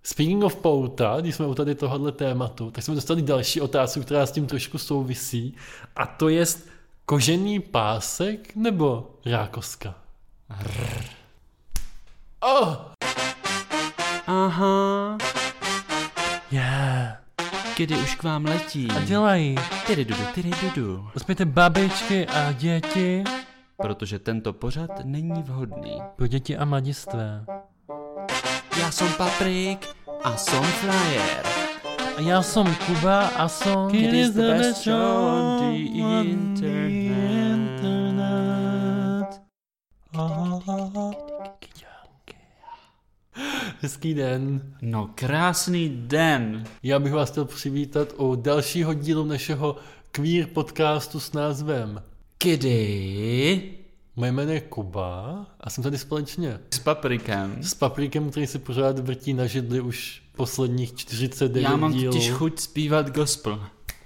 Speaking of pouta, když jsme u tady tohohle tématu, tak jsme dostali další otázku, která s tím trošku souvisí, a to je kožený pásek nebo rákoska? Oh! Aha. Yeah. Kdy už k vám letí. A dělají. Tyrydudu. Uspějte babičky a děti. Protože tento pořad není vhodný. Pro děti a mladistvé. Já jsem Paprik a jsem Flyer. A já jsem Kuba a jsem It is the best show on the internet. Hezký den. No krásný den. Já bych vás chtěl přivítat u dalšího dílu našeho queer podcastu s názvem Kdy? Moje jméno je Kuba a jsem tady společně S Paprikem. s Paprikem, který se pořád vrtí na židli už posledních 49 Já mám dílů. totiž chuť zpívat gospel.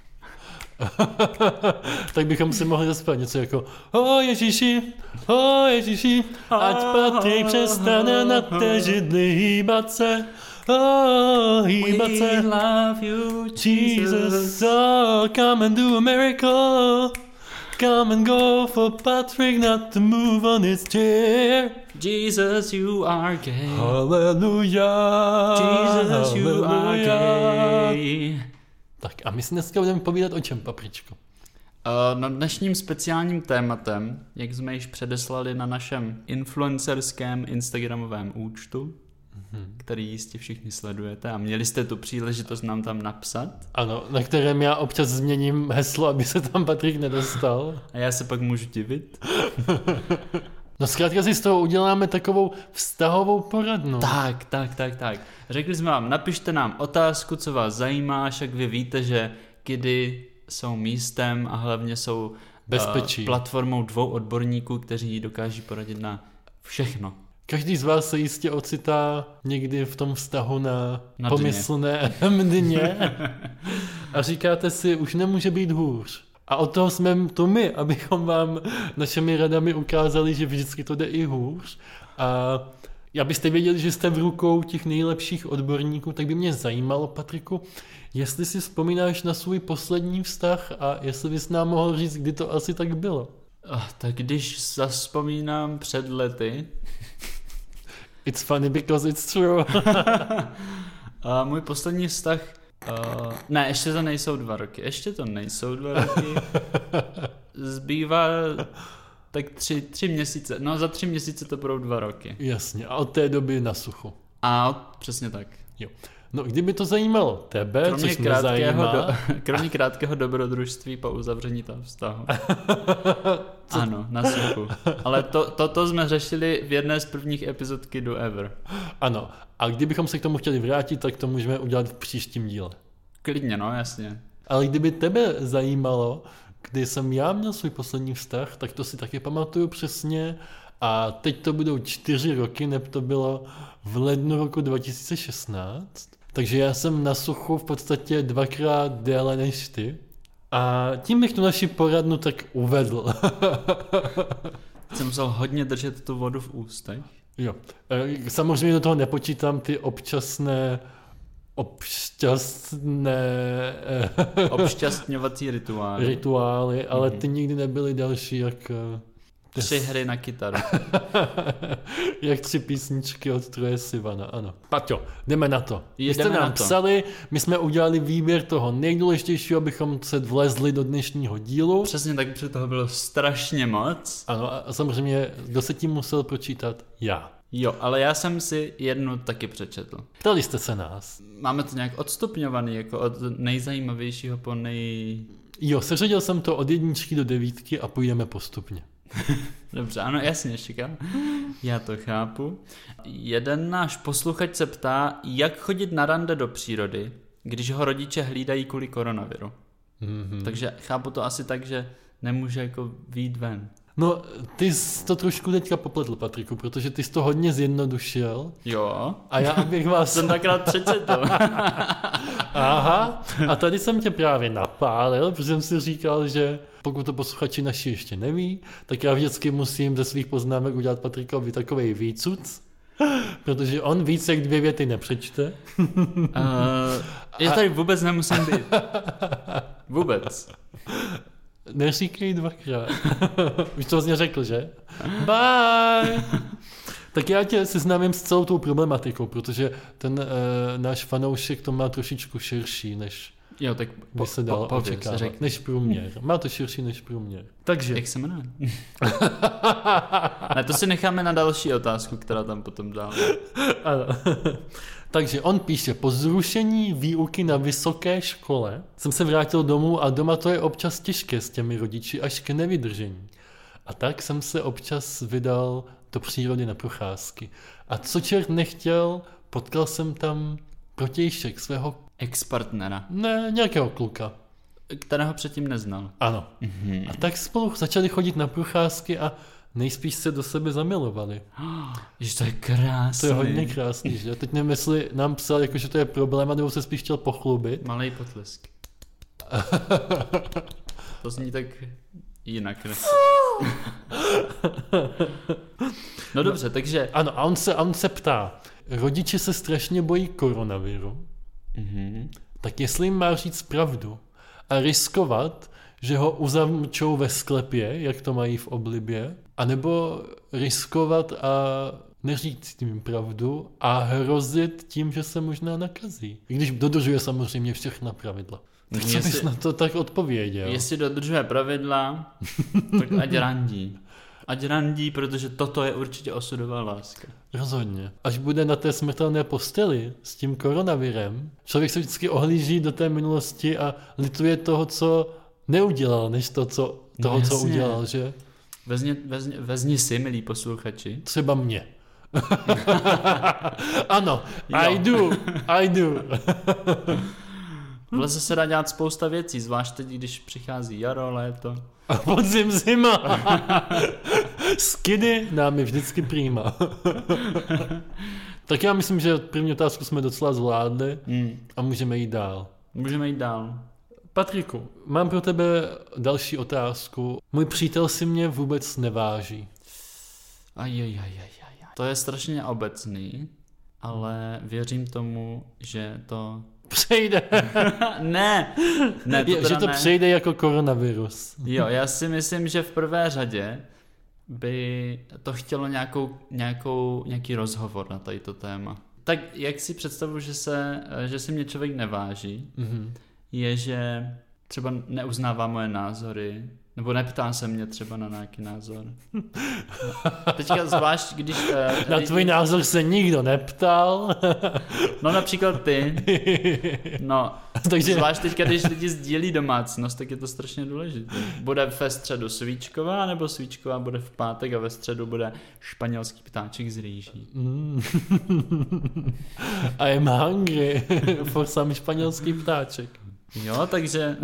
Tak bychom si mohli zaspět něco jako o Ježíši, ať Patrik přestane na té židli hýbat se. Hýbat se. We love you, Jesus, oh, come and do a miracle. Come and go for Patrick not to move on his chair. Jesus, you are gay. Hallelujah. Jesus, you are gay. Tak a my si dneska budeme povídat o čem, Papričko? No dnešním speciálním tématem, jak jsme již předeslali na našem influencerském instagramovém účtu, který jistě všichni sledujete a měli jste tu příležitost nám tam napsat. Ano, na kterém já občas změním heslo, aby se tam Patrik nedostal. A já se pak můžu divit. No zkrátka si z toho uděláme takovou vztahovou poradnu. Tak. Řekli jsme vám, napište nám otázku, co vás zajímá, však vy víte, že kidy jsou místem a hlavně jsou Bezpečí. Platformou dvou odborníků, kteří dokáží poradit na všechno. Každý z vás se jistě ocitá někdy v tom vztahu na Na pomyslné dně a říkáte si, už nemůže být hůř. A od toho jsme tu my, abychom vám našimi radami ukázali, že vždycky to jde i hůř. A abyste věděli, že jste v rukou těch nejlepších odborníků, tak by mě zajímalo, Patriku, jestli si vzpomínáš na svůj poslední vztah a jestli bys nám mohl říct, kdy to asi tak bylo. Tak když zavzpomínám před lety... It's funny because it's true. Můj poslední vztah... ne, ještě to nejsou 2 roky. Zbývá tak 3 měsíce. No za 3 měsíce to budou 2 roky. Jasně, a od té doby na suchu. Přesně tak. Jo. No, kdyby to zajímalo tebe, což mě zajímá... Kromě krátkého dobrodružství po uzavření toho vztahu. Ano, na suchu. Ale to jsme řešili v jedné z prvních epizod Kidu Ever. Ano, a kdybychom se k tomu chtěli vrátit, tak to můžeme udělat v příštím díle. Klidně, no, jasně. Ale kdyby tebe zajímalo, kdy jsem já měl svůj poslední vztah, tak to si taky pamatuju přesně. A teď to budou 4 roky, neb to bylo v lednu roku 2016. Takže já jsem na suchu v podstatě 2krát déle než ty. A tím bych tu naši poradnu tak uvedl. Jsem musel hodně držet tu vodu v ústech. Jo. Samozřejmě do toho nepočítám ty obšťastňovací rituály, ale ty nikdy nebyly další jak... 3 hry na kytaru. Jak 3 písničky od Troje Sivana, ano. Paťo, jdeme na to. Vy jste Jdeme nám na to. psali, my jsme udělali výběr toho nejdůležitějšího, abychom se vlezli do dnešního dílu. Přesně tak, protože toho bylo strašně moc. Ano, a samozřejmě, kdo se tím musel pročítat? Já. Jo, ale já jsem si jednu taky přečetl. Ptali jste se nás. Máme to nějak odstupňovaný, jako od nejzajímavějšího po Jo, seřadil jsem to od 1 do 9 a půjdeme postupně. Dobře, ano, jasně, čekám. Já to chápu. Jeden náš posluchač se ptá, jak chodit na rande do přírody, když ho rodiče hlídají kvůli koronaviru. Takže chápu to asi tak, že nemůže jako vyjít ven. No, ty jsi to trošku teďka popletl, Patriku, protože ty jsi to hodně zjednodušil. Jo. A já bych vás... Jsem takrát přečetl. Aha, a tady jsem tě právě napálil, protože jsem si říkal, že pokud to posluchači naši ještě neví, tak já vždycky musím ze svých poznámek udělat Patrikovi takovej výcuc. Protože on víc jak 2 věty nepřečte. Já tady vůbec nemusím být. Vůbec. Neříkej 2krát. Už to vlastně řekl, že? Bye! Tak já tě seznámím s celou tou problematikou, protože ten náš fanoušek to má trošičku širší, než jo, tak by se dalo očekávat. Než průměr. Má to širší než průměr. Takže. Jak se jmenuje? Ne, to si necháme na další otázku, která tam potom dáme. Ano. Takže on píše, po zrušení výuky na vysoké škole jsem se vrátil domů a doma to je občas těžké s těmi rodiči až k nevydržení. A tak jsem se občas vydal do přírody na procházky. A co čert nechtěl, potkal jsem tam protějšek svého ex-partnera. Ne, nějakého kluka. Kterého předtím neznal. Ano. Mm-hmm. A tak spolu začali chodit na procházky a nejspíš se do sebe zamilovali. Jež to je krásný. To je hodně krásný, že? Teď nevím, jestli nám psal, jako, že to je problém, nebo se spíš chtěl pochlubit. Malej potlesk. To zní tak jinak. No dobře, takže... Ano, a on se ptá, rodiče se strašně bojí koronaviru, tak jestli jim má říct pravdu a riskovat, že ho uzamčou ve sklepě, jak to mají v oblibě, anebo riskovat a neříct jim pravdu a hrozit tím, že se možná nakazí. I když dodržuje samozřejmě všechna pravidla. Tak co bys na to tak odpověděl? Jestli dodržuje pravidla, tak ať randí. Ať randí, protože toto je určitě osudová láska. Rozhodně. Až bude na té smrtelné posteli s tím koronavirem, člověk se vždycky ohlíží do té minulosti a lituje toho, co neudělal, než to, co udělal, že? Vezni si, milí posluchači. Třeba mě. Ano, I do. V lese se dá dělat spousta věcí, zvlášť teď, když přichází jaro, léto. A podzim, zima. Skidy nám je vždycky prýma. Tak já myslím, že první otázku jsme docela zvládli a můžeme jít dál. Patriku, mám pro tebe další otázku. Můj přítel si mě vůbec neváží. To je strašně obecný, ale věřím tomu, že to... Přejde. Ne, že to přejde jako koronavirus. Jo, já si myslím, že v prvé řadě by to chtělo nějaký rozhovor na tato téma. Tak jak si představuji, že si mě člověk neváží, je, že třeba neuznává moje názory, nebo neptá se mě třeba na nějaký názor. Teďka zvlášť, když... Na tvůj názor se nikdo neptal. No například ty. No, takže... zvlášť teďka, když lidi sdílí domácnost, tak je to strašně důležité. Bude ve středu svíčková, nebo svíčková bude v pátek a ve středu bude španělský ptáček z rýží. I'm hungry for some španělský ptáček. Jo, takže...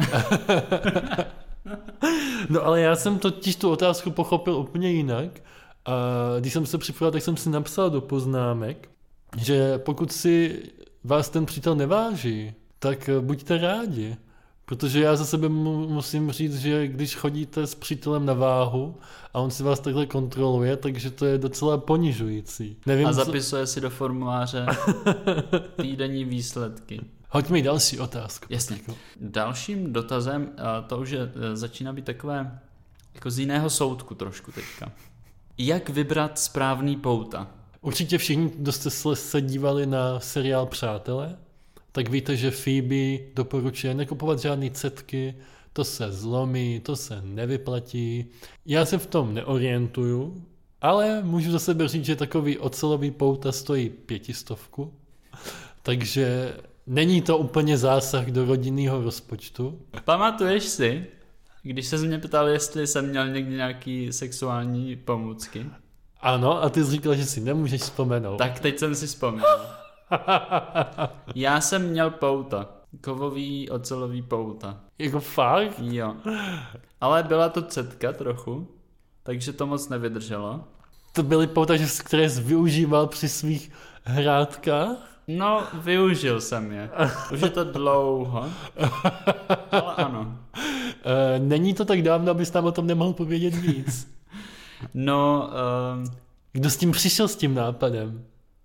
No ale já jsem totiž tu otázku pochopil úplně jinak a když jsem se připravil, tak jsem si napsal do poznámek, že pokud si vás ten přítel neváží, tak buďte rádi, protože já za sebe musím říct, že když chodíte s přítelem na váhu a on si vás takhle kontroluje, takže to je docela ponižující. Nevím, a zapisuje si do formuláře týdenní výsledky. Hoď mi další otázku. Jasně. Dalším dotazem, to už začíná být takové jako z jiného soudku trošku teďka. Jak vybrat správný pouta? Určitě všichni, kdo jste se dívali na seriál Přátelé, tak víte, že Phoebe doporučuje nekupovat žádný cetky, to se zlomí, to se nevyplatí. Já se v tom neorientuju, ale můžu za sebe říct, že takový ocelový pouta stojí 500. Takže není to úplně zásah do rodinného rozpočtu. Pamatuješ si, když se mě ptal, jestli jsem měl někdy nějaký sexuální pomůcky? Ano, a ty jsi říkal, že si nemůžeš vzpomenout. Tak teď jsem si vzpomněl. Já jsem měl pouta. Kovový ocelový pouta. Jako fakt? Jo. Ale byla to cetka trochu, takže to moc nevydrželo. To byly pouta, které jsi využíval při svých hrádkách? No, využil jsem je. Už je to dlouho. Ale ano. Není to tak dávno, abys tam o tom nemohl povědět víc. No... Kdo s tím přišel s tím nápadem?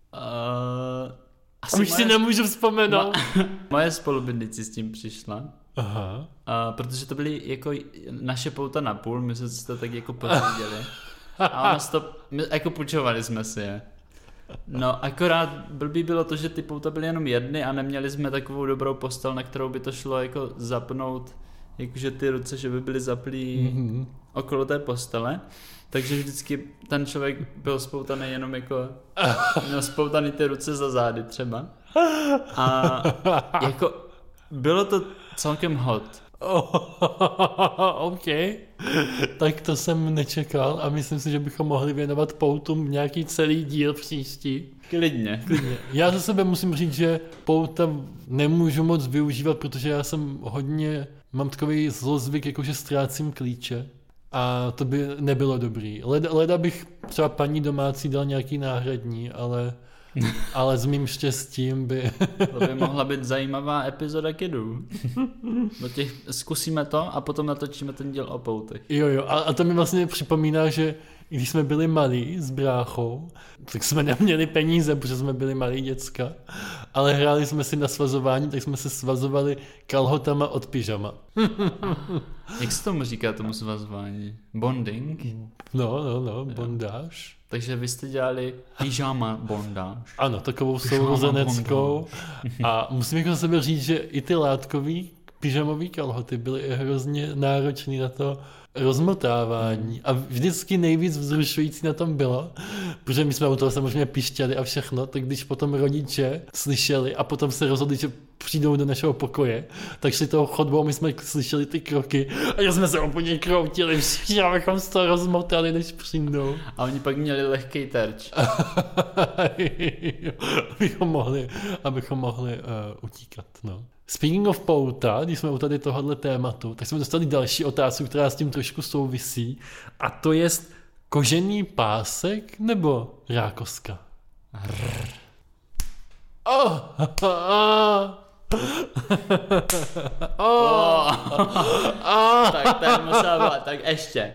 Už si nemůžu vzpomenout. Moje spolubydlící s tím přišla. Aha. Protože to byly jako naše pouta na půl, my jsme si to tak jako pořídili. A my jako půjčovali jsme si je. No akorát blbý bylo to, že ty pouta byly jenom jedny a neměli jsme takovou dobrou postel, na kterou by to šlo jako zapnout, jakože ty ruce, že by byly zaplý okolo té postele. Takže vždycky ten člověk byl spoutaný jenom jako, měl spoutaný ty ruce za zády třeba. A jako bylo to celkem hot. OK, tak to jsem nečekal a myslím si, že bychom mohli věnovat poutům nějaký celý díl příští. Klidně. Já za sebe musím říct, že pouta nemůžu moc využívat, protože já mám takový zlozvyk, jakože ztrácím klíče a to by nebylo dobrý. Leda bych třeba paní domácí dal nějaký náhradní, ale s mým štěstím by... To by mohla být zajímavá epizoda Kidů. Zkusíme to a potom natočíme ten díl o poutech. Jo, a to mi vlastně připomíná, že když jsme byli malí s bráchou, tak jsme neměli peníze, protože jsme byli malí děcka, ale hráli jsme si na svazování, tak jsme se svazovali kalhotama od pyžama. Jak se tomu říká, tomu svazování? Bonding? No, bondáž. Takže vy jste dělali pyžama bondáž. Ano, takovou sourozeneckou. A musím jako za sebe říct, že i ty látkový pyžamový kalhoty byly hrozně náročný na to rozmotávání. A vždycky nejvíc vzrušující na tom bylo, protože my jsme u toho samozřejmě pišťali a všechno, tak když potom rodiče slyšeli a potom se rozhodli, že přijdou do našeho pokoje, tak šli tou chodbou, my jsme slyšeli ty kroky a že jsme se úplně kroutili všichni, abychom z toho rozmotali, než přijdou. A oni pak měli lehký terč. abychom mohli utíkat, no. Speaking of pouta, když jsme u tady tohohle tématu, tak jsme dostali další otázku, která s tím trošku souvisí, a to je kožený pásek nebo rákoska? Tak to je musela byla, tak ještě.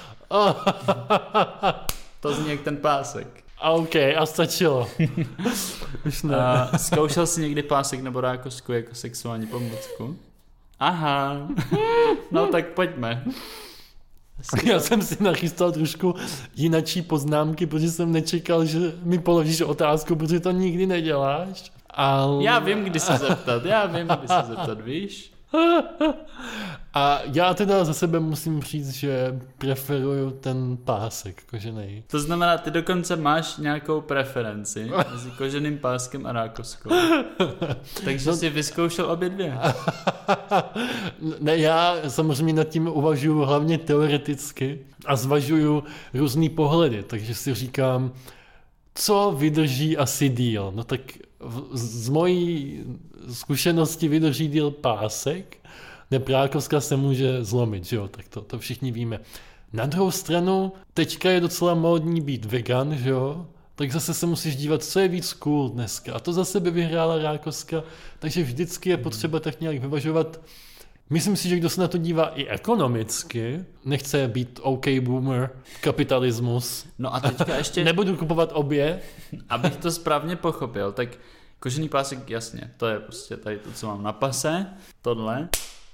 To zní jak ten pásek. OK, a stačilo. Už ne. Zkoušel jsi někdy pásek nebo rákosku jako sexuální pomůcku? Aha. No tak pojďme. Já jsem si nachystal trošku jinačí poznámky, protože jsem nečekal, že mi položíš otázku, protože to nikdy neděláš. Ale... Já vím, kdy se zeptat, víš? A já teda za sebe musím říct, že preferuju ten pásek kožený. To znamená, ty dokonce máš nějakou preferenci mezi koženým páskem a rákoskou. Takže jsi vyzkoušel obě dvě. Ne, já samozřejmě nad tím uvažuji hlavně teoreticky a zvažuju různý pohledy, takže si říkám, co vydrží asi díl. No tak z mojí zkušenosti vydrží díl pásek, neprákovská se může zlomit, že jo, tak to všichni víme. Na druhou stranu, teďka je docela módní být vegan, že jo, tak zase se musíš dívat, co je víc cool dneska. A to zase by vyhrála rákoska, takže vždycky je potřeba tak nějak vyvažovat. Myslím si, že kdo se na to dívá i ekonomicky, nechce být OK boomer, kapitalismus. No a teďka ještě... Nebudu kupovat obě. Abych to správně pochopil, tak kožený pásek, jasně, to je prostě tady to, co mám na pase, tohle.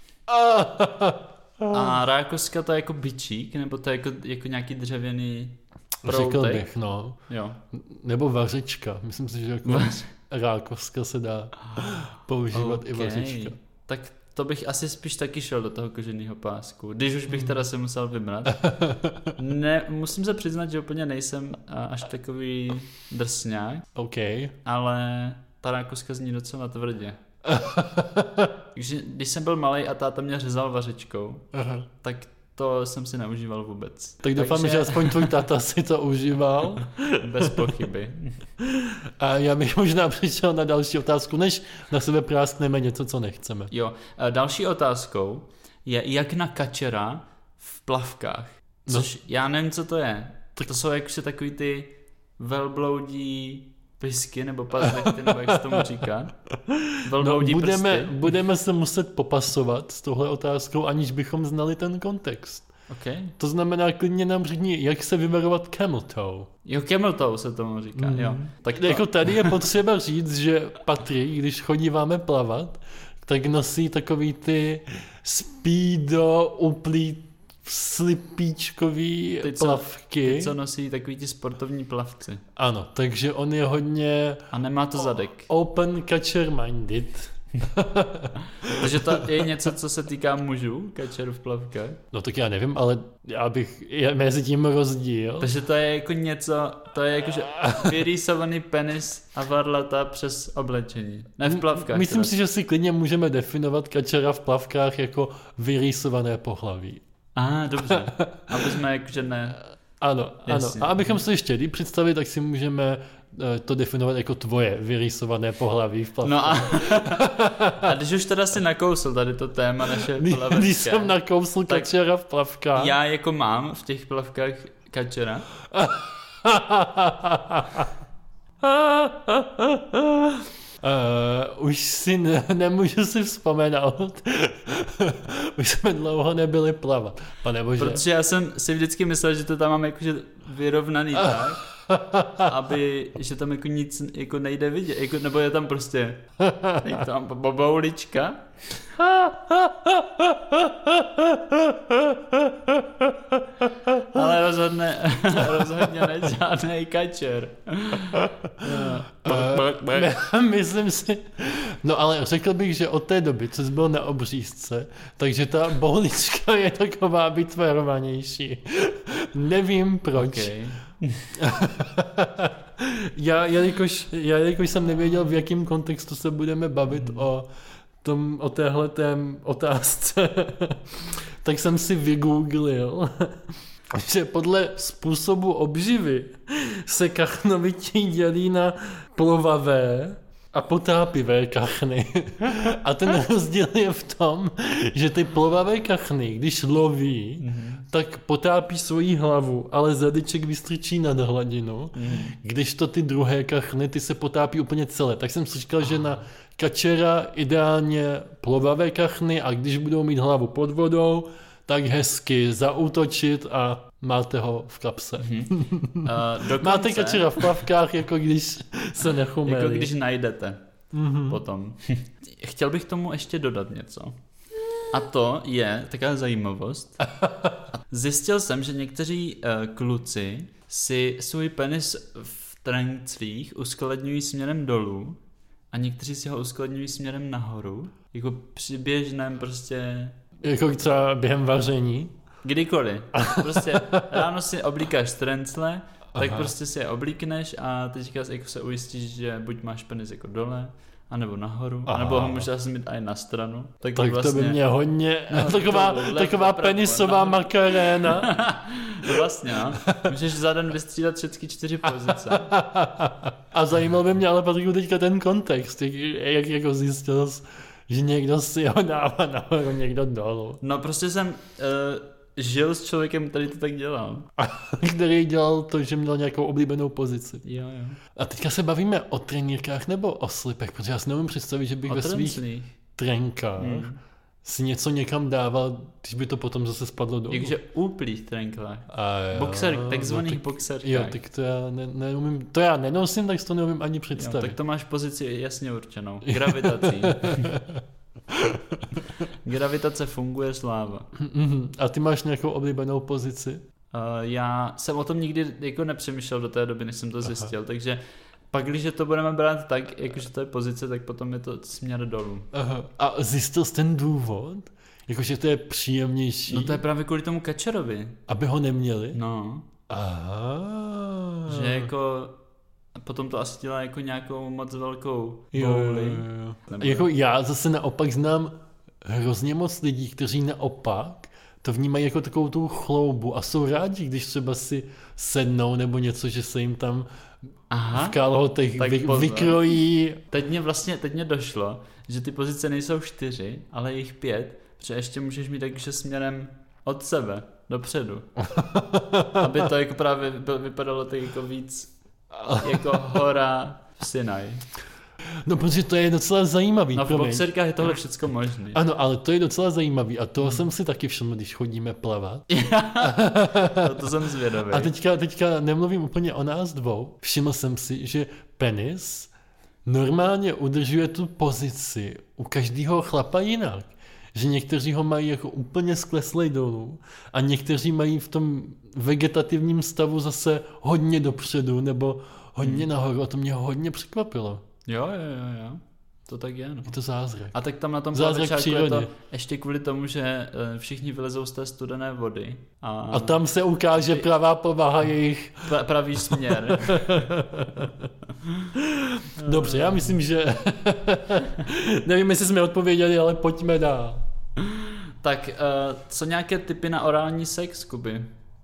A rákoska to je jako bičík, nebo to je jako nějaký dřevěný proutek? Řekl bych, no. Jo. Nebo vařečka. Myslím si, že jako rákoska se dá používat i vařečka. Tak to bych asi spíš taky šel do toho koženého pásku, když už bych teda se musel vybrat. Ne, musím se přiznat, že úplně nejsem až takový drsňák, ale ta rákoska zní docela tvrdě. Takže když jsem byl malej a táta mě řezal vařečkou, tak to jsem si neužíval vůbec. Tak doufám, že aspoň tvůj táta si to užíval. Bez pochyby. A já bych možná přišel na další otázku, než na sebe práskneme něco, co nechceme. Jo, další otázkou je, jak na kačera v plavkách. Což já nevím, co to je. To jsou jakože takový ty velbloudí pisky nebo pazlechty, nebo jak se tomu říká. Budeme se muset popasovat s touhle otázkou, aniž bychom znali ten kontext. Okay. To znamená, klidně nám řekni, jak se vyvarovat camel toe. Jo, camel toe se tomu říká, jo. Tak to... Jako tady je potřeba říct, že Patrik, když chodíváme plavat, tak nosí takový ty speedo, slipíčkový plavky. Ty, co nosí takový ti sportovní plavci. Ano, takže on je hodně... A nemá to zadek. Open catcher-minded. Takže to je něco, co se týká mužů, catcher v plavkách? No tak já nevím, ale je mezi tím rozdíl. Takže to je jako něco, to je jako, že vyrýsovaný penis a varlata přes oblečení. Ne v plavkách. Myslím si, že si klidně můžeme definovat catchera v plavkách jako vyrýsované pohlaví. Dobře. Aby jsme jakože ne... Ano. A abychom se ještě líp představili, tak si můžeme to definovat jako tvoje vyrýsované pohlaví v plavkách. No a když už teda si nakousl tady to téma naše plavecké. Když jsem nakousl catchera v plavkách. Já jako mám v těch plavkách catchera. Už si nemůžu si vzpomenout. Už jsme dlouho nebyli plavat. Pane bože. Protože já jsem si vždycky myslel, že to tam mám jakože vyrovnaný tak, že tam jako nic jako nejde vidět. Jako, nebo je tam prostě tam boboulička. Ale rozhodně ne žádnej catcher. Myslím si, no ale řekl bych, že od té doby, co jsi byl na obřízce, takže ta boulička je taková vytvarovanější. Nevím proč. Okay. Jelikož jsem nevěděl, v jakém kontextu se budeme bavit o téhletém otázce, tak jsem si vygooglil, že podle způsobu obživy se kachnovití dělí na plovavé a potápivé kachny. A ten rozdíl je v tom, že ty plovavé kachny, když loví, tak potápí svoji hlavu, ale zadeček vystrčí nad hladinu, když to ty druhé kachny, ty se potápí úplně celé. Tak jsem si říkal, že na catchera ideálně plovavé kachny a když budou mít hlavu pod vodou, tak hezky zaútočit a máte ho v kapse. Máte catchera v plavkách, jako když se nechumelí. Jako když najdete potom. Chtěl bych tomu ještě dodat něco. A to je taková zajímavost. Zjistil jsem, že někteří kluci si svůj penis v trenclích uskladňují směrem dolů a někteří si ho uskladňují směrem nahoru. Jako při běžném prostě... Jako třeba během vaření? Kdykoliv. Prostě ráno si oblíkáš trencle, tak prostě si je oblíkneš a teďka jako se ujistíš, že buď máš penis jako dole, anebo nahoru, anebo ho můžeš mít i na stranu. Tak vlastně, to by mě hodně... taková penisová makaréna. Vlastně, no. Můžeš za den vystřídat všechny 4 pozice. A zajímal by mě ale Patriku teďka ten kontext, jak jako zjistil jsi, že někdo si ho dává nahoru, někdo dolů. No prostě jsem žil s člověkem, který to tak dělal. Který dělal to, že měl nějakou oblíbenou pozici. Jo. A teďka se bavíme o trenírkách nebo o slipech, protože já si neumím představit, že bych ve svých trenkách si něco někam dával, když by to potom zase spadlo dolů. Jakže úplných trenklách. Takzvaných boxerkách. Jo, tak to já neumím, to já nenosím, tak si to neumím ani představit. Jo, tak to máš pozici jasně určenou. Gravitací. Gravitace funguje, sláva. A ty máš nějakou oblíbenou pozici? Já jsem o tom nikdy jako nepřemýšlel do té doby, než jsem to zjistil, takže pak, když to budeme brát tak, jakože to je pozice, tak potom je to směr dolů. A zjistil jsi ten důvod? Jakože to je příjemnější? No to je právě kvůli tomu catcherovi. Aby ho neměli? No. Že jako... Potom to asi dělá jako nějakou moc velkou bouli. Jo. Jako já zase naopak znám hrozně moc lidí, kteří naopak to vnímají jako takovou tu chloubu a jsou rádi, když třeba si sednou nebo něco, že se jim tam v kalhotech vykrojí. Teď mě došlo, že ty pozice nejsou 4, ale jich 5, protože ještě můžeš mít takže směrem od sebe, dopředu. Aby to jako právě vypadalo tak jako víc jako hora v Sinaji. No, protože to je docela zajímavý. No v boxerkách je tohle všecko možný. Ano, ale to je docela zajímavý a toho jsem si taky všiml, když chodíme plavat. To jsem zvědavý. A teďka nemluvím úplně o nás dvou. Všiml jsem si, že penis normálně udržuje tu pozici u každého chlapa jinak. Že někteří ho mají jako úplně skleslej dolů a někteří mají v tom vegetativním stavu zase hodně dopředu nebo hodně nahoru a to mě hodně překvapilo. Jo. To tak je, no. Je to zázrak. A tak tam na tom plavečáku je to ještě kvůli tomu, že všichni vylezou z té studené vody. A tam se ukáže pravá povaha jejich... Pravý směr. Dobře, já myslím, že... Nevím, jestli jsme odpověděli, ale pojďme dál. Tak, co nějaké tipy na orální sex, Kuby?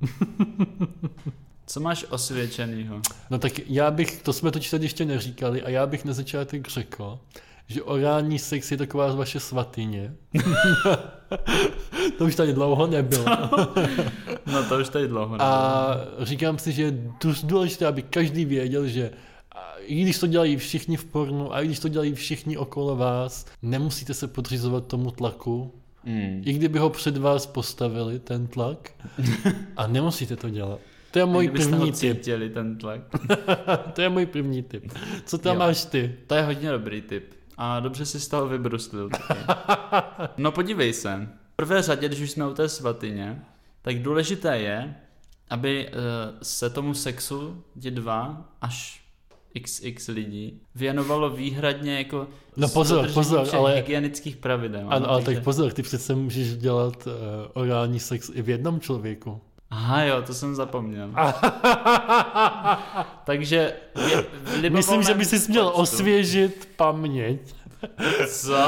Co máš osvědčenýho? No tak to jsme totiž tady ještě neříkali a já bych na začátek řekl, že orální sex je taková vaše svatyně. To už tady dlouho nebylo. No to už tady dlouho nebylo. A říkám si, že je dost důležité, aby každý věděl, že i když to dělají všichni v pornu a i když to dělají všichni okolo vás, nemusíte se podřizovat tomu tlaku. I kdyby ho před vás postavili, ten tlak, a nemusíte to dělat. To je můj první tip. Ten tlak. To je můj první tip. Co tam máš ty? To je hodně dobrý tip. A dobře si z toho vybruslil taky. No podívej se. V prvé řadě, když už jsme u té svatyně, tak důležité je, aby se tomu sexu ti 2 až XX lidí věnovalo výhradně jako pozor, ale hygienických pravidel. Ano, ale tak pozor, ty přece můžeš dělat orální sex i v jednom člověku. Aha jo, to jsem zapomněl. Takže myslím, že by si měl osvěžit paměť. Co?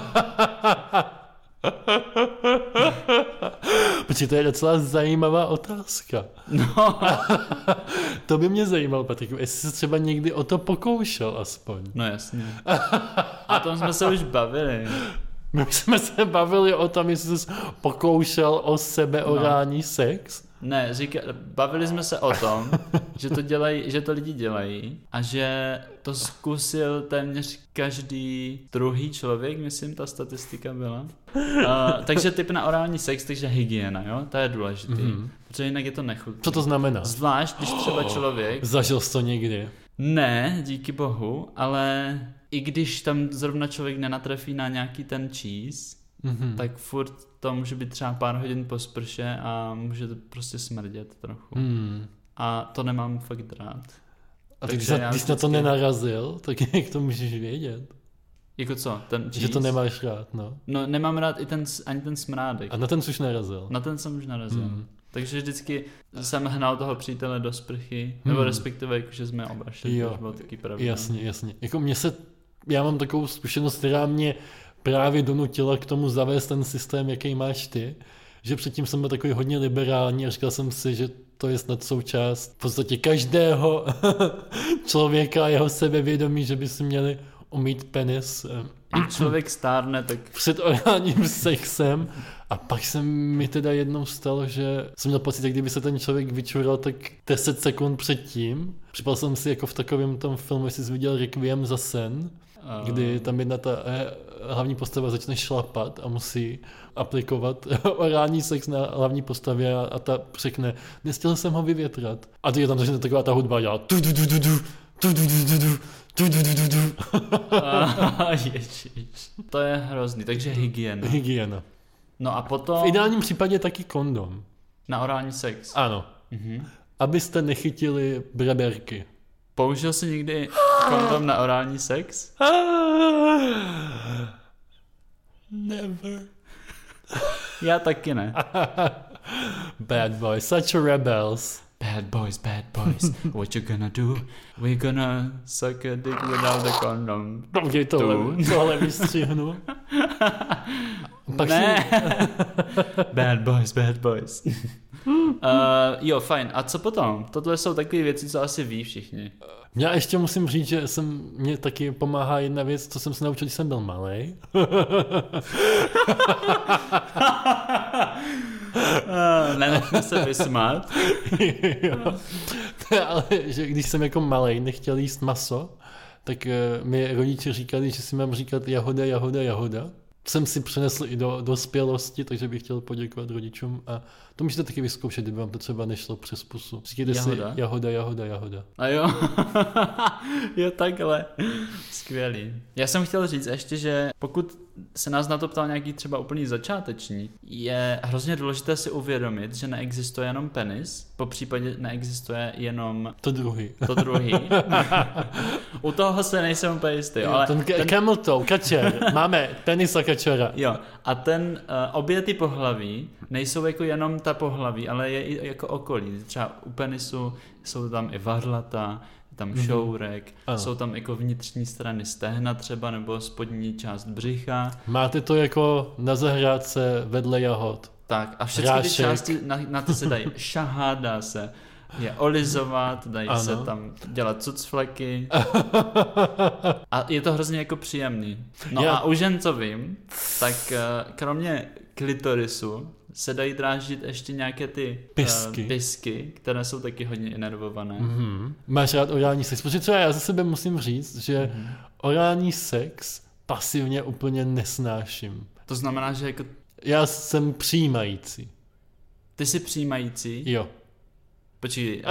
Protože to je docela zajímavá otázka. No. To by mě zajímalo, Patriku, jestli jsi třeba někdy o to pokoušel aspoň. No jasně. A tom jsme se už bavili. My jsme se bavili o tom, jestli jsi pokoušel o sebeorální sex. Ne, bavili jsme se o tom, že to lidi dělají a že to zkusil téměř každý druhý člověk, myslím, ta statistika byla. Takže tip na orální sex, takže hygiena, jo, to je důležitý, protože jinak je to nechutné. Co to znamená? Zvlášť, když třeba člověk... Zažil jsi to někdy? Ne, díky bohu, ale i když tam zrovna člověk nenatrefí na nějaký ten cheese, tak furt to může být třeba pár hodin po sprše a může to prostě smrdět trochu. A to nemám fakt rád. A když jsi na to nenarazil, tak jak to můžeš vědět? Jako co? Ten cheese? Že to nemáš rád, no. No nemám rád ani ten smrádek. A na ten jsi už narazil? Na ten jsem už narazil. Takže vždycky jsem hnal toho přítele do sprchy, nebo respektive jakože jsme oba šli, to bylo taky pravda. Jasně. Jako já mám takovou zkušenost, která mě právě donutila k tomu zavést ten systém, jaký máš ty, že předtím jsem byl takový hodně liberální a říkal jsem si, že to je snad součást v podstatě každého člověka a jeho sebevědomí, že by si měli umýt penis. Člověk stárne, tak... Před orálním sexem. A pak se mi teda jednou stalo, že jsem měl pocit, že kdyby se ten člověk vyčural tak 10 sekund předtím. Připadal jsem si jako v takovém tom filmu, jestli jsi viděl Requiem za sen, kdy tam jedna ta hlavní postava začne šlapat a musí aplikovat orální sex na hlavní postavě a ta řekne, nestihl jsem ho vyvětrat. A teď je tam začne taková ta hudba dělá Ježiš. To je hrozný, takže hygiena. No a potom... V ideálním případě taky kondom. Na orální sex. Ano. Abyste nechytili breberky. Použil jsi někdy kondom na orální sex? Never. Já taky ne. Bad boys, such a rebels. Bad boys, what you gonna do? We're gonna suck a dick without a condom. Okay, tohle vystřihnu. Ne. Bad boys. Jo, fajn. A co potom? Tohle jsou takové věci, co asi ví všichni. Já ještě musím říct, že mě taky pomáhá jedna věc, co jsem se naučil, když jsem byl malej. Nenechme se vysmát. Ale že když jsem jako malej nechtěl jíst maso, tak mi rodiče říkali, že si mám říkat jahoda, jahoda, jahoda. Jsem si přenesl i do dospělosti, takže bych chtěl poděkovat rodičům a to můžete taky vyzkoušet, kdyby vám to třeba nešlo přes pusu. Říkejte si jahoda, jahoda, jahoda. A jo, jo takhle. Skvělý. Já jsem chtěl říct ještě, že pokud se nás na to ptal nějaký třeba úplný začáteční, je hrozně důležité si uvědomit, že neexistuje jenom penis, popřípadě neexistuje jenom to druhý. U toho se nejsem úplně jistý. Ale camel toe, kačer. Máme penis a kačera. Jo, a obě ty pohlaví nejsou jako jenom ta pohlaví, ale je i jako okolí. Třeba u penisu jsou tam i varlata, tam šourek, jsou tam jako vnitřní strany stehna třeba, nebo spodní část břicha. Máte to jako na zahrádce vedle jahod. Tak a všechny ty části na ty se dají šahat, dá se je olizovat, dají se tam dělat cucfleky a je to hrozně jako příjemný. No a u žen, co vím, tak kromě klitorisu se dají dráždit ještě nějaké ty pisky, které jsou taky hodně inervované. Máš rád orální sex? Protože třeba já za sebe musím říct, že orální sex pasivně úplně nesnáším. To znamená, že jako... Já jsem přijímající. Ty jsi přijímající? Jo. Počkej.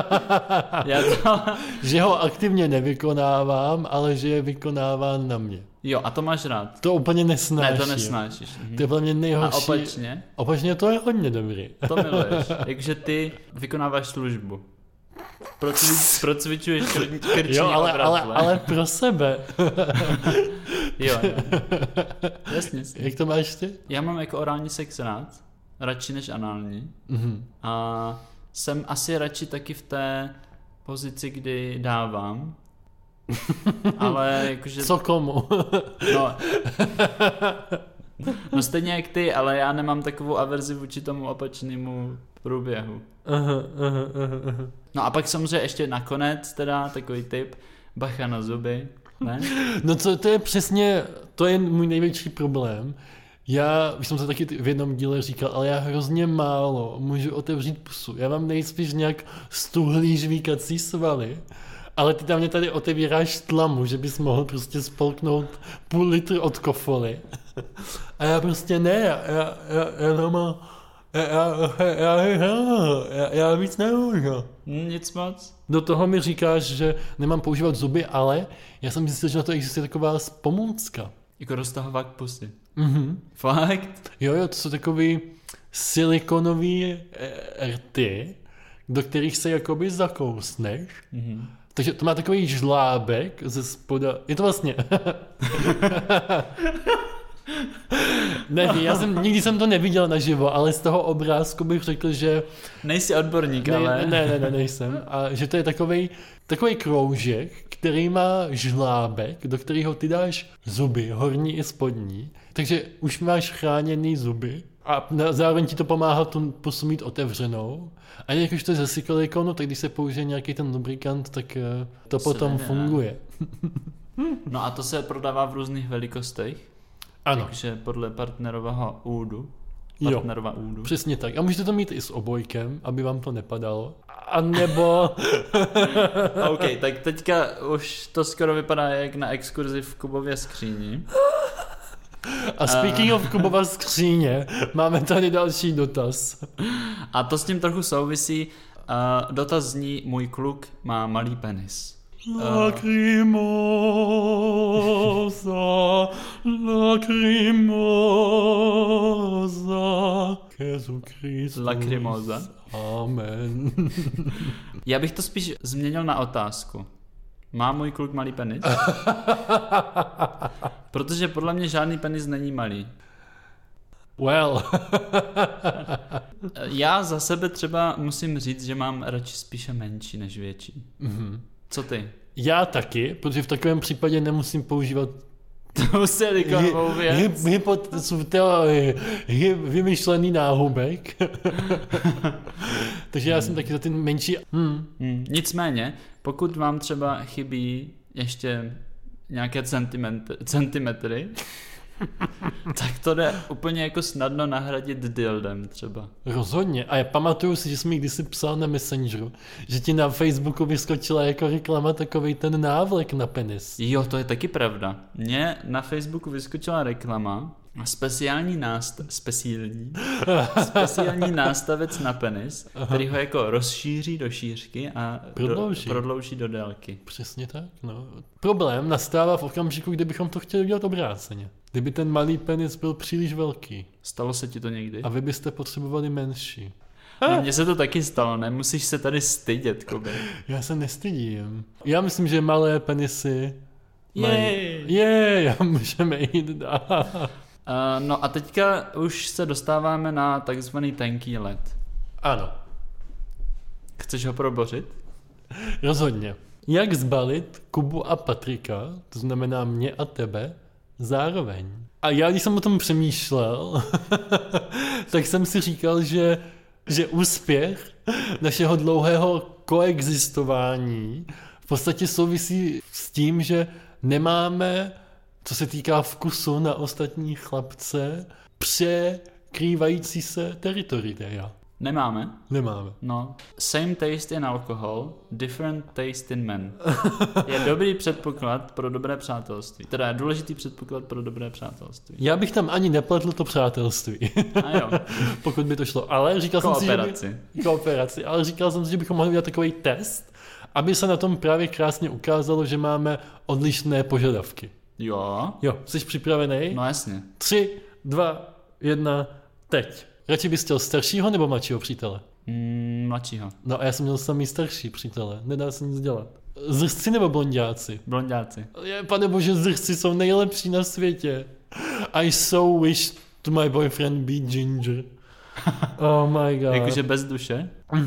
Že ho aktivně nevykonávám, ale že je vykonáván na mě. Jo, a to máš rád? To úplně nesnáším. Ne, to nesnášíš. To je pro mě nejhorší. A opačně? Opačně to je hodně dobrý. To miluješ. Takže ty vykonáváš službu. Procvičuješ krční ale pro sebe. Jo. Jasně. Jak to máš ty? Já mám jako orální sex rád. Radši než anální. A jsem asi radši taky v té pozici, kdy dávám. Ale jakože... Co komu? No stejně jak ty, ale já nemám takovou averzi vůči tomu opačnému průběhu. No a pak samozřejmě ještě nakonec teda takový tip, bacha na zuby, ne? No to je přesně, to je můj největší problém. Já, už jsem to taky v jednom díle říkal, ale já hrozně málo můžu otevřít pusu. Já mám nejspíš nějak stuhlý žvíkací svaly, ale ty tam mě tady otevíráš tlamu, že bys mohl prostě spolknout půl litru od kofoly. A já prostě ne, já víc nemůžu. Nic moc. Do toho mi říkáš, že nemám používat zuby, ale já jsem zjistil, že na to existuje taková pomůcka. Jako roztahovák pusy. Fakt? Jo, to jsou takový silikonový rty, do kterých se jakoby zakousneš. Takže to má takový žlábek ze spoda. Je to vlastně... Nevím, nikdy jsem to neviděl naživo, ale z toho obrázku bych řekl, že... Nejsi odborník, ale... Ne, nejsem. A že to je takový kroužek, který má žlábek, do kterého ty dáš zuby, horní i spodní. Takže už máš chráněný zuby a zároveň ti to pomáhá tu pusu mít otevřenou. A jakož to je ze silikonu, tak když se použije nějaký ten lubrikant, tak to potom funguje. No a to se prodává v různých velikostech? Ano. Takže podle partnerového údu. Jo, přesně tak. A můžete to mít i s obojkem, aby vám to nepadalo. A nebo... OK, tak teďka už to skoro vypadá jak na exkurzi v Kubově skříni. A speaking of Kubova skříně, máme tady další dotaz. A to s tím trochu souvisí. Dotaz zní, můj kluk má malý penis. Lacrimosa, Jezu Kristus. Lacrimosa. Amen. Já bych to spíš změnil na otázku. Má můj kluk malý penis? Protože podle mě žádný penis není malý. Well. Já za sebe třeba musím říct, že mám radši spíše menší než větší. Co ty? Já taky, protože v takovém případě nemusím používat tu silikonovou věc. Vymyšlený náhubek. Takže já jsem taky za ty menší. Nicméně, pokud vám třeba chybí ještě nějaké centimetry, Tak to jde úplně jako snadno nahradit dildem třeba. Rozhodně. A já pamatuju si, že jsem mi kdysi psal na Messengeru, že ti na Facebooku vyskočila jako reklama takovej ten návlek na penis. Jo, to je taky pravda. Mně na Facebooku vyskočila reklama speciální nástavec na penis, který ho jako rozšíří do šířky a prodlouží do délky. Přesně tak, no. Problém nastává v okamžiku, kdybychom to chtěli udělat obráceně. Kdyby ten malý penis byl příliš velký. Stalo se ti to někdy? A vy byste potřebovali menší. No, mně se to taky stalo, nemusíš se tady stydět, Kuby. Já se nestydím. Já myslím, že malé penisy můžeme jít dál. No a teďka už se dostáváme na takzvaný tenký led. Ano. Chceš ho probořit? Rozhodně. Jak zbalit Kubu a Patrika, to znamená mě a tebe, zároveň? A já, když jsem o tom přemýšlel, tak jsem si říkal, že úspěch našeho dlouhého koexistování v podstatě souvisí s tím, že nemáme, co se týká vkusu na ostatní chlapce, překrývající se teritoria. Nemáme? Nemáme. No, same taste in alcohol, different taste in men. Je dobrý předpoklad pro dobré přátelství. Teda je důležitý předpoklad pro dobré přátelství. Já bych tam ani nepletl to přátelství. A jo. Pokud by to šlo. Ale říkal jsem si, kooperaci. Ale říkal jsem si, že bychom mohli udělat takový test, aby se na tom právě krásně ukázalo, že máme odlišné požadavky. Jo. Jo, jsi připravený? No jasně. 3, 2, 1, teď. Radši bys chtěl staršího nebo mladšího přítele? Mladšího. No a já jsem měl samý starší přítele. Nedá se nic dělat. Zrstci nebo blonďáci? Blonďáci. Pane bože, zrstci jsou nejlepší na světě. I so wish to my boyfriend be ginger. Oh my god. Jakože bez duše?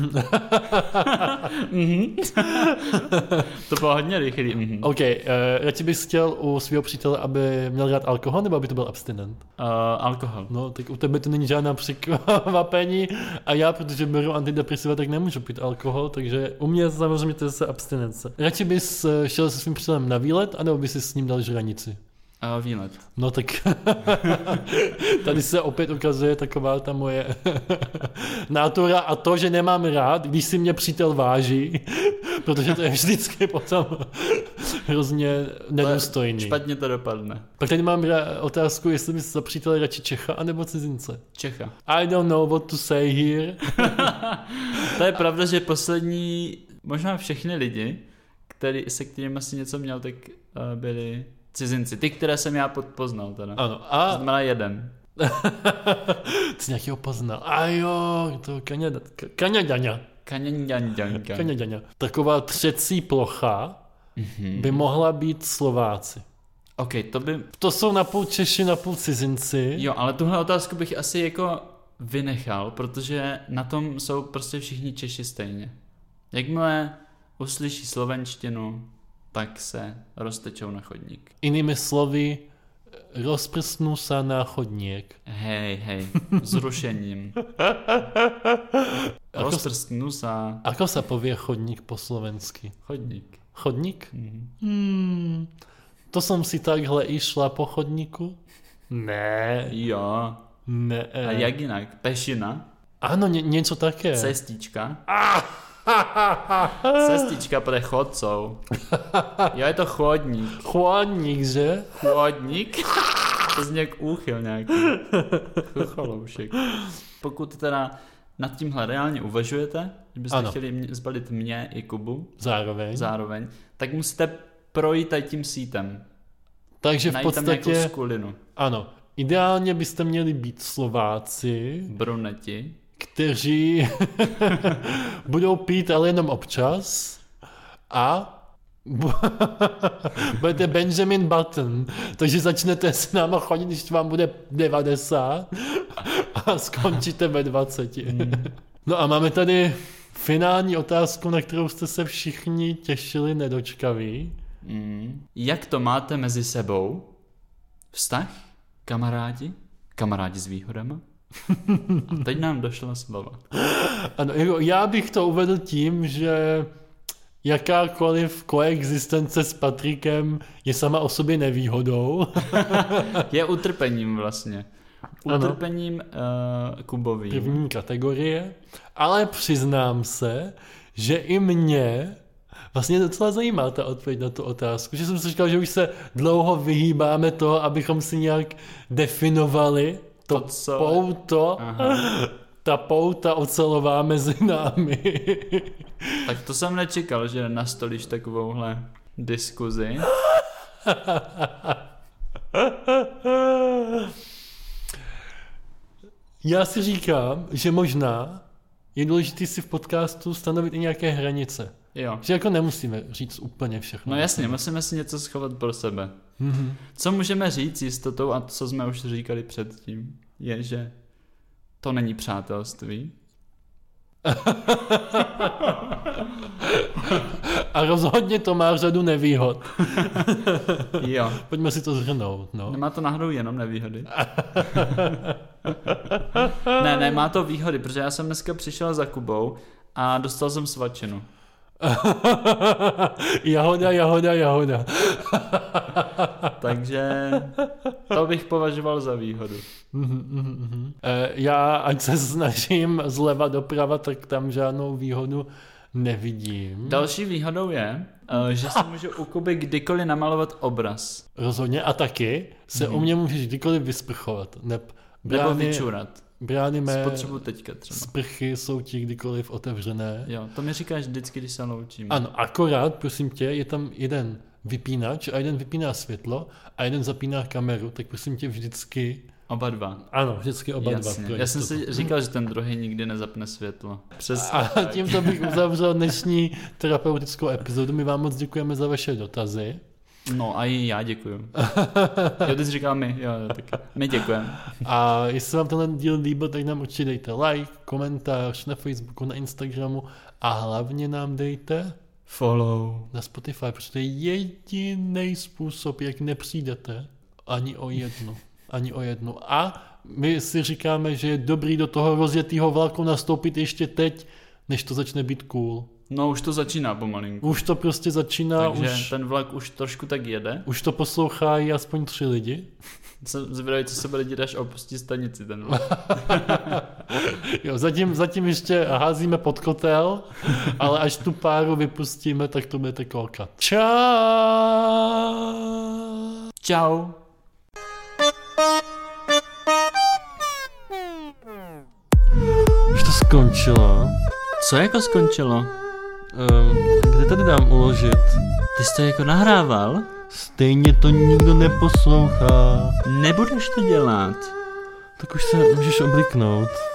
To bylo hodně rychlý. OK, radši bys chtěl u svého přítele, aby měl rád alkohol, nebo aby to byl abstinent? Alkohol. No, tak u tebe to není žádná překvapení a já, protože beru antidepresiva, tak nemůžu pít alkohol, takže u mě samozřejmě to je zase abstinence. Radši bys šel se svým přítelem na výlet, anebo bys si s ním dal žranici? Výlet. No tak tady se opět ukazuje taková ta moje nátura a to, že nemám rád, když si mě přítel váží, protože to je vždycky potom hrozně nedůstojný. Špatně to dopadne. Pak tady mám otázku, jestli bys za přítele radši Čecha anebo cizince. Čecha. I don't know what to say here. To je pravda, že poslední, možná všechny lidi, se kterými asi něco měl, tak byli cizinci. Ty, které jsem já poznal teda. Ano. A... Znamená jeden. Ty nějakýho poznal. A jo, to Kaňaďaňa. Kaňaďaňa. Taková třecí plocha by mohla být Slováci. OK, to jsou napůl Češi, napůl cizinci. Jo, ale tuhle otázku bych asi jako vynechal, protože na tom jsou prostě všichni Češi stejně. Jakmile uslyší slovenštinu, tak se roztečou na chodník. Inými slovy, rozprstnu se na chodník. Hej, zrušením. Rozprstnu se. Ako se povie chodník po slovensky? Chodník. Chodník? To jsem si takhle išla po chodníku? Ne. Jo. Ne. A jak jinak? Pešina? Ano, něco také. Cestička? Cestička pre chodcov. Jo, je to chodník. Chodník, že? Chodník? To zní jak úchyl nějaký. Chucholoušek. Pokud teda nad tímhle reálně uvažujete, že byste chtěli zbalit mě i Kubu zároveň, tak musíte projít tady tím sítem. Takže v podstatě... Najít tam nějakou skulinu. Ano. Ideálně byste měli být Slováci. Bruneti. Kteří budou pít, ale jenom občas a budete Benjamin Button, takže začnete s náma chodit, když vám bude 90 a skončíte ve 20. No a máme tady finální otázku, na kterou jste se všichni těšili nedočkaví. Jak to máte mezi sebou? Vztah? Kamarádi s výhodama? A teď nám došla slova. Ano, já bych to uvedl tím, že jakákoliv koexistence s Patrikem je sama o sobě nevýhodou. Je utrpením vlastně. Utrpením Kubovým. První kategorie. Ale přiznám se, že i mě vlastně docela zajímá ta odpověď na tu otázku. Že jsem si říkal, že už se dlouho vyhýbáme toho, abychom si nějak definovali to pouto. Aha. Ta pouta ocelová mezi námi. Tak to jsem nečekal, že nastolíš takovouhle diskuzi. Já si říkám, že možná je důležité si v podcastu stanovit i nějaké hranice. Jo. Že jako nemusíme říct úplně všechno. No jasně, musíme si něco schovat pro sebe. Mm-hmm. Co můžeme říct s jistotou, a co jsme už říkali předtím, je, že to není přátelství. A rozhodně to má řadu nevýhod. Jo. Pojďme si to shrnout. No. Nemá to náhodou jenom nevýhody? Ne, má to výhody, protože já jsem dneska přišel za Kubou a dostal jsem svačinu. Jahoda. Takže to bych považoval za výhodu. Já, ať se snažím zleva doprava, tak tam žádnou výhodu nevidím. Další výhodou je, že si můžu u Kuby kdykoliv namalovat obraz. Rozhodně a taky se u mě můžeš kdykoliv vysprchovat. Nebo vyčurat. Brány mé spotřebu teďka třeba. Sprchy jsou ti kdykoliv otevřené. Jo, to mi říkáš vždycky, když se loučím. Ano, akorát, prosím tě, je tam jeden vypínač a jeden vypíná světlo a jeden zapíná kameru, tak prosím tě vždycky... Oba dva. Ano, vždycky oba Jasně. dva. Já jsem si říkal, že ten druhý nikdy nezapne světlo. Přesně. A tímto bych uzavřel dnešní terapeutickou epizodu. My vám moc děkujeme za vaše dotazy. No a i já děkuju. Jo, ty jsi říkal my. Jo, tak my děkujeme. A jestli vám tenhle díl líbil, tak nám určitě dejte like, komentář na Facebooku, na Instagramu a hlavně nám dejte follow na Spotify, protože to je jediný způsob, jak nepřijdete ani o jednu. A my si říkáme, že je dobrý do toho rozjetého vlaku nastoupit ještě teď, než to začne být cool. No už to začíná pomalinku. Už to prostě začíná. Takže ten vlak už trošku tak jede. Už to poslouchají aspoň 3 lidi. Jsem zvědavý, co se bude dít, až opustí stanici ten vlak. Jo, zatím ještě házíme pod kotel, ale až tu páru vypustíme, tak to budete koukat. Čau. Už to skončilo. Co jako skončilo? Kde tady dám uložit? Ty jsi to jako nahrával? Stejně to nikdo neposlouchá. Nebudeš to dělat. Tak už se můžeš obliknout.